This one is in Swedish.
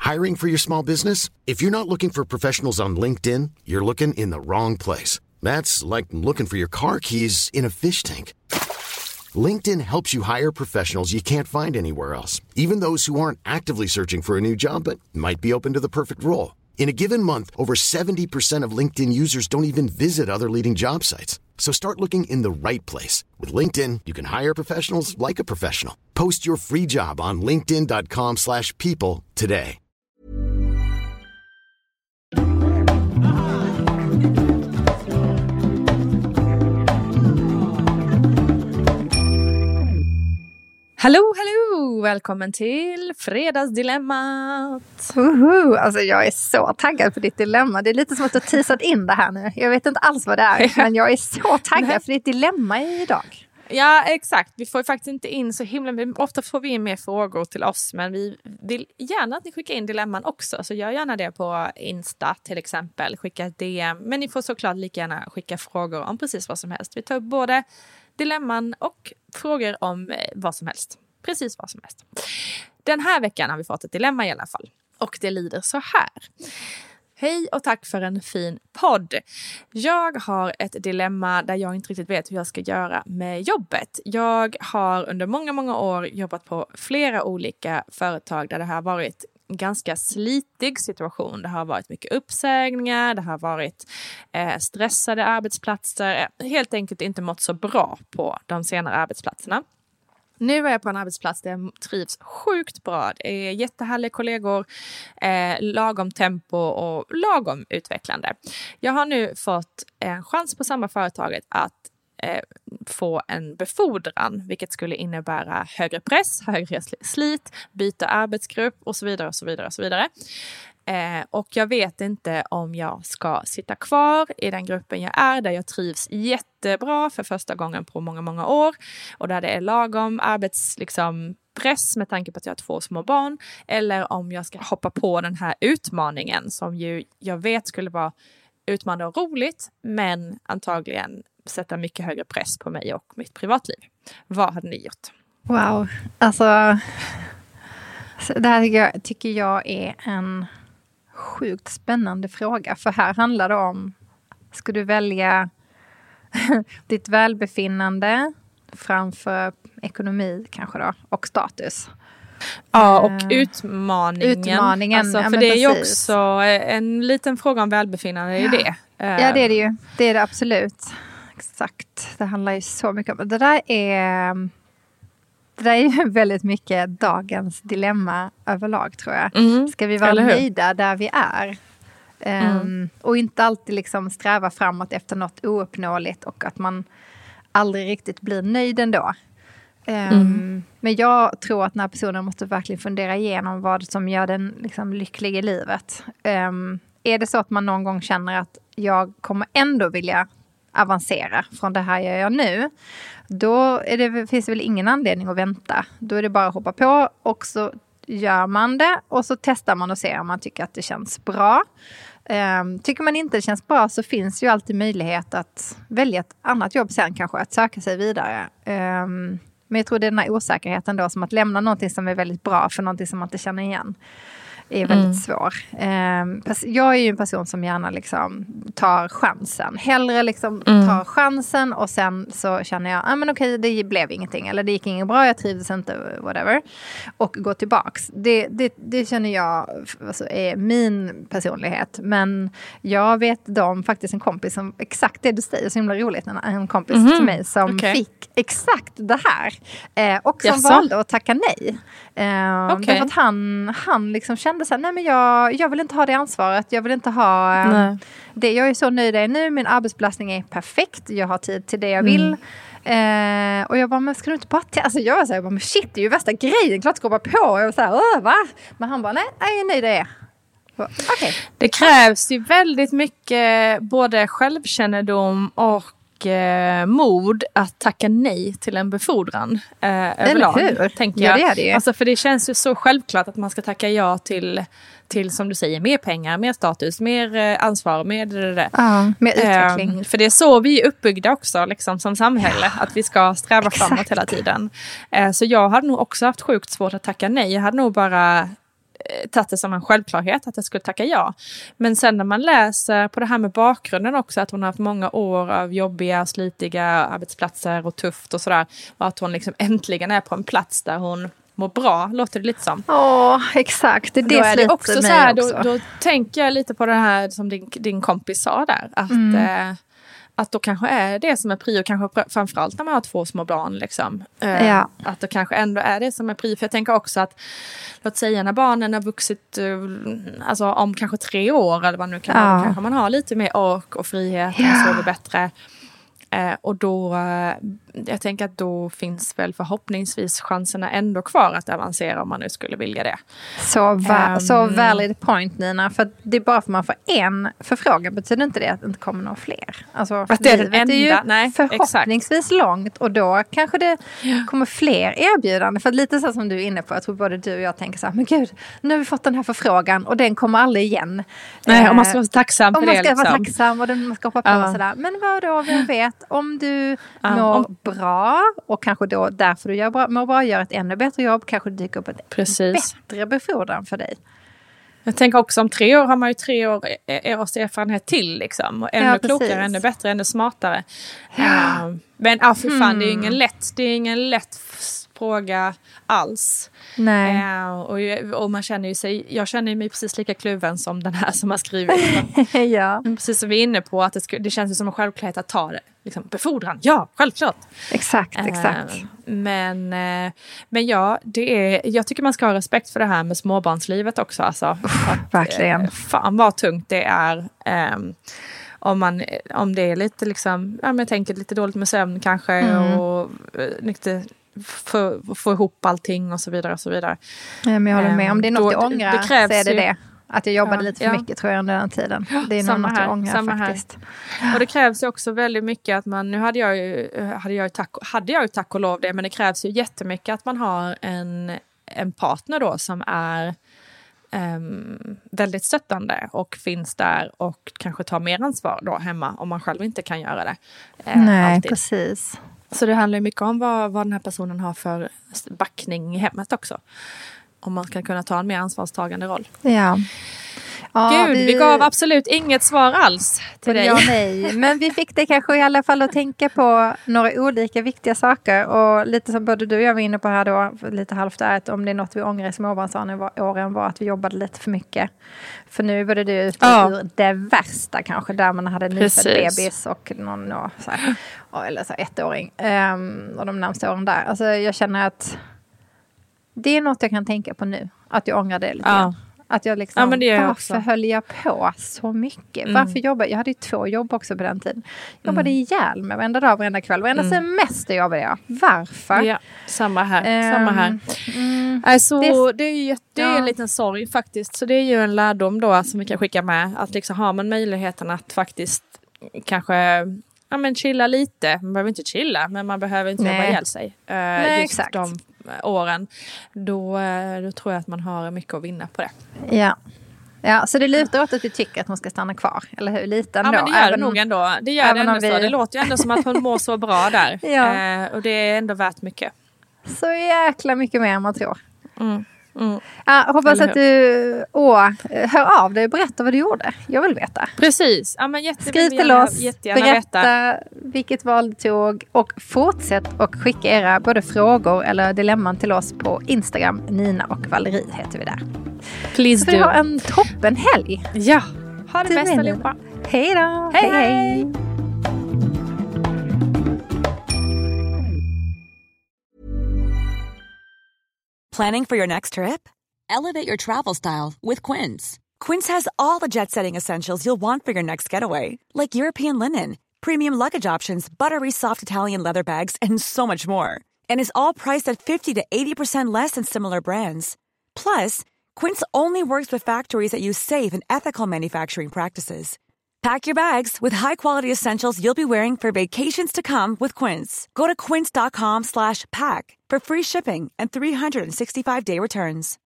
Hiring for your small business? If you're not looking for professionals on LinkedIn, you're looking in the wrong place. That's like looking for your car keys in a fish tank. LinkedIn helps you hire professionals you can't find anywhere else, even those who aren't actively searching for a new job but might be open to the perfect role. In a given month, over 70% of LinkedIn users don't even visit other leading job sites. So start looking in the right place. With LinkedIn, you can hire professionals like a professional. Post your free job on linkedin.com/people today. Hallå, hallå! Välkommen till Fredagsdilemmat. Alltså jag är så taggad på ditt dilemma. Det är lite som att du har teasat in det här nu. Jag vet inte alls vad det är, men jag är så taggad för ditt dilemma idag. Ja, exakt. Vi får ju faktiskt inte in så himla... Ofta får vi in mer frågor till oss, men vi vill gärna att ni skickar in dilemman också. Så gör gärna det på Insta till exempel. Skicka ett DM. Men ni får såklart lika gärna skicka frågor om precis vad som helst. Vi tar upp både dilemman och frågor om vad som helst. Precis vad som helst. Den här veckan har vi fått ett dilemma i alla fall. Och det lyder så här. Hej och tack för en fin podd. Jag har ett dilemma där jag inte riktigt vet hur jag ska göra med jobbet. Jag har under många år jobbat på flera olika företag där det har varit en ganska slitig situation. Det har varit mycket uppsägningar, det har varit stressade arbetsplatser. Helt enkelt inte mått så bra på de senare arbetsplatserna. Nu är jag på en arbetsplats där jag trivs sjukt bra. Det är jättehärliga kollegor, lagom tempo och lagom utvecklande. Jag har nu fått en chans på samma företaget att få en befordran, vilket skulle innebära högre press, högre slit, byta arbetsgrupp och så vidare och så vidare och så vidare. Och jag vet inte om jag ska sitta kvar i den gruppen jag är, där jag trivs jättebra för första gången på många år och där det är lagom press med tanke på att jag har 2 små barn, eller om jag ska hoppa på den här utmaningen som ju jag vet skulle vara utmanande och roligt, men antagligen sätta mycket högre press på mig och mitt privatliv. Vad hade ni gjort? Wow, alltså det här tycker jag är en sjukt spännande fråga. För här handlar det om, ska du välja ditt välbefinnande framför ekonomi kanske då, och status? Ja, och utmaningen. Alltså, för det är ju också en liten fråga om välbefinnande i det. Ja, det är det ju. Det är det absolut. Exakt. Det handlar ju så mycket om. Det där är ju väldigt mycket dagens dilemma överlag, tror jag. Ska vi vara nöjda där vi är? Och inte alltid sträva framåt efter något ouppnåeligt och att man aldrig riktigt blir nöjd ändå. Men jag tror att den här personen måste verkligen fundera igenom vad som gör den lycklig i livet. Är det så att man någon gång känner att jag kommer ändå vilja avancera från det här jag gör nu, då finns det väl ingen anledning att vänta. Då är det bara att hoppa på och så gör man det och så testar man och ser om man tycker att det känns bra. Tycker man inte det känns bra så finns ju alltid möjlighet att välja ett annat jobb sen, kanske att söka sig vidare. Men jag tror det är den här osäkerheten då, som att lämna någonting som är väldigt bra för någonting som man inte känner igen, är väldigt svår. Jag är ju en person som gärna tar chansen. Hellre tar chansen och sen så känner jag, men okej, det blev ingenting. Eller det gick inget bra, jag trivdes inte, whatever. Och gå tillbaks. Det känner jag är min personlighet. Men jag vet faktiskt en kompis som, exakt det du säger, så himla roligt. En kompis till mig som fick exakt det här. Och som valde att tacka nej. Därför att han kände så här, nej men jag vill inte ha det ansvaret. Jag vill inte ha det. Jag är så nöjd där nu. Min arbetsbelastning är perfekt. Jag har tid till det jag vill. Och jag bara, men ska du inte bara jag var så här, men shit, det är ju värsta grejen. Klart ska jag bara på. Och jag var så här, va? Men han bara, nej, jag är nöjd där. Okay. Det krävs ju väldigt mycket både självkännedom och mod att tacka nej till en befordran överlag, tänker jag. Ja, det är det. Alltså, för det känns ju så självklart att man ska tacka ja till som du säger, mer pengar, mer status, mer ansvar, mer utveckling. För det är så vi är uppbyggda också som samhälle, att vi ska sträva framåt hela tiden. Så jag hade nog också haft sjukt svårt att tacka nej. Jag hade nog bara tagit det som en självklarhet att jag skulle tacka ja. Men sen när man läser på det här med bakgrunden också, att hon har haft många år av jobbiga, slitiga arbetsplatser och tufft och sådär, och att hon liksom äntligen är på en plats där hon mår bra, låter det lite som. Exakt. Det då är det också så här, också. Då tänker jag lite på det här som din kompis sa där, att då kanske är det som är prio, kanske framförallt när man har 2 små barn liksom. Att det kanske ändå är det som är prio. För jag tänker också att, låt säga när barnen har vuxit, alltså om kanske 3 år eller vad nu kan vara, då kanske man har lite mer ork och frihet, man sover bättre. Och då, jag tänker att då finns väl förhoppningsvis chanserna ändå kvar att avancera om man nu skulle vilja det. Så valid point, Nina. För det är bara för man får en förfrågan betyder inte det att det inte kommer några fler. Alltså, att det är den enda. är ju Nej, förhoppningsvis exakt. Långt, och då kanske det kommer fler erbjudanden. För lite så som du är inne på, jag tror både du och jag tänker så här, men gud, nu har vi fått den här förfrågan och den kommer aldrig igen. Nej, och man ska vara tacksam för det. Man ska vara tacksam och man ska hoppa på sådär. Men vadå, vem vet, om du mår bra och kanske då därför du mår bra, gör ett ännu bättre jobb, kanske det dyker upp ett bättre befordran för dig. Jag tänker också om 3 år har man ju 3 års erfarenhet till liksom. Och ännu klokare, ännu bättre, ännu smartare. Men för fan, det är ingen lätt fråga alls. Nej. Och man känner ju sig, jag känner mig precis lika kluven som den här som har skrivit. Ja. Precis som vi är inne på, att det känns ju som en självklarhet att ta det. Liksom, befordran, ja, självklart. Exakt. Men ja, jag tycker man ska ha respekt för det här med småbarnslivet också. Alltså, verkligen. Fan vad tungt det är. Om det är lite liksom, jag tänker lite dåligt med sömn kanske och lite få ihop allting och så vidare och så vidare. Ja, men jag håller med. Om det är något jag ångrar så är det det. Att jag jobbade lite för mycket, tror jag, under den tiden. Det är nog något jag ångrar faktiskt. Och det krävs ju också väldigt mycket att man, nu hade jag ju tack och lov det, men det krävs ju jättemycket att man har en partner då som är väldigt stöttande och finns där och kanske tar mer ansvar då hemma om man själv inte kan göra det. Nej, alltid. precis. Så det handlar ju mycket om vad den här personen har för backning i hemmet också. Om man ska kunna ta en mer ansvarstagande roll. Ja. Gud, vi gav absolut inget svar alls till dig. Ja, nej. Men vi fick det kanske i alla fall att tänka på några olika viktiga saker. Och lite som både du och jag var inne på här då, lite halvt är att om det är något vi ångrar i småbarnsåren var att vi jobbade lite för mycket. För nu var det ur det värsta kanske, där man hade en nyfödd bebis och någon så här, eller så här 1-åring. Och de närmaste åren där. Alltså jag känner att det är något jag kan tänka på nu. Att jag ångrar det lite grann. Att jag liksom, varför höll jag på så mycket? Varför jobbade jag? Hade ju 2 jobb också på den tiden. Jag jobbade ihjäl med varenda dag, varenda kväll. Varenda semester jobbade jag. Varför? Ja, samma här. Alltså, det är en liten sorg faktiskt. Så det är ju en lärdom då som vi kan skicka med. Att liksom har man möjligheten att faktiskt kanske chilla lite. Man behöver inte chilla, men man behöver inte jobba ihjäl sig. Nej, just exakt. De åren. Då tror jag att man har mycket att vinna på det. Ja, så det lutar åt att du tycker att hon ska stanna kvar, eller hur? Lite ändå. Ja, men det gör det nog ändå. Det gör det ändå så. Det låter ju ändå som att hon mår så bra där. Och det är ändå värt mycket. Så jäkla mycket mer än man tror. Hoppas att du hör av dig och berätta vad du gjorde. Jag vill veta. Precis. Ja, men skriv till oss, berätta vilket val du tog och fortsätt och skicka era både frågor eller dilemman till oss på Instagram. Nina och Valerie heter vi där. Please så vi har en toppen helg. Ja, ha det bäst allihopa. Hej då. Hej. Planning for your next trip? Elevate your travel style with Quince. Quince has all the jet-setting essentials you'll want for your next getaway, like European linen, premium luggage options, buttery soft Italian leather bags, and so much more. And is all priced at 50 to 80% less than similar brands. Plus, Quince only works with factories that use safe and ethical manufacturing practices. Pack your bags with high-quality essentials you'll be wearing for vacations to come with Quince. Go to quince.com/pack for free shipping and 365-day returns.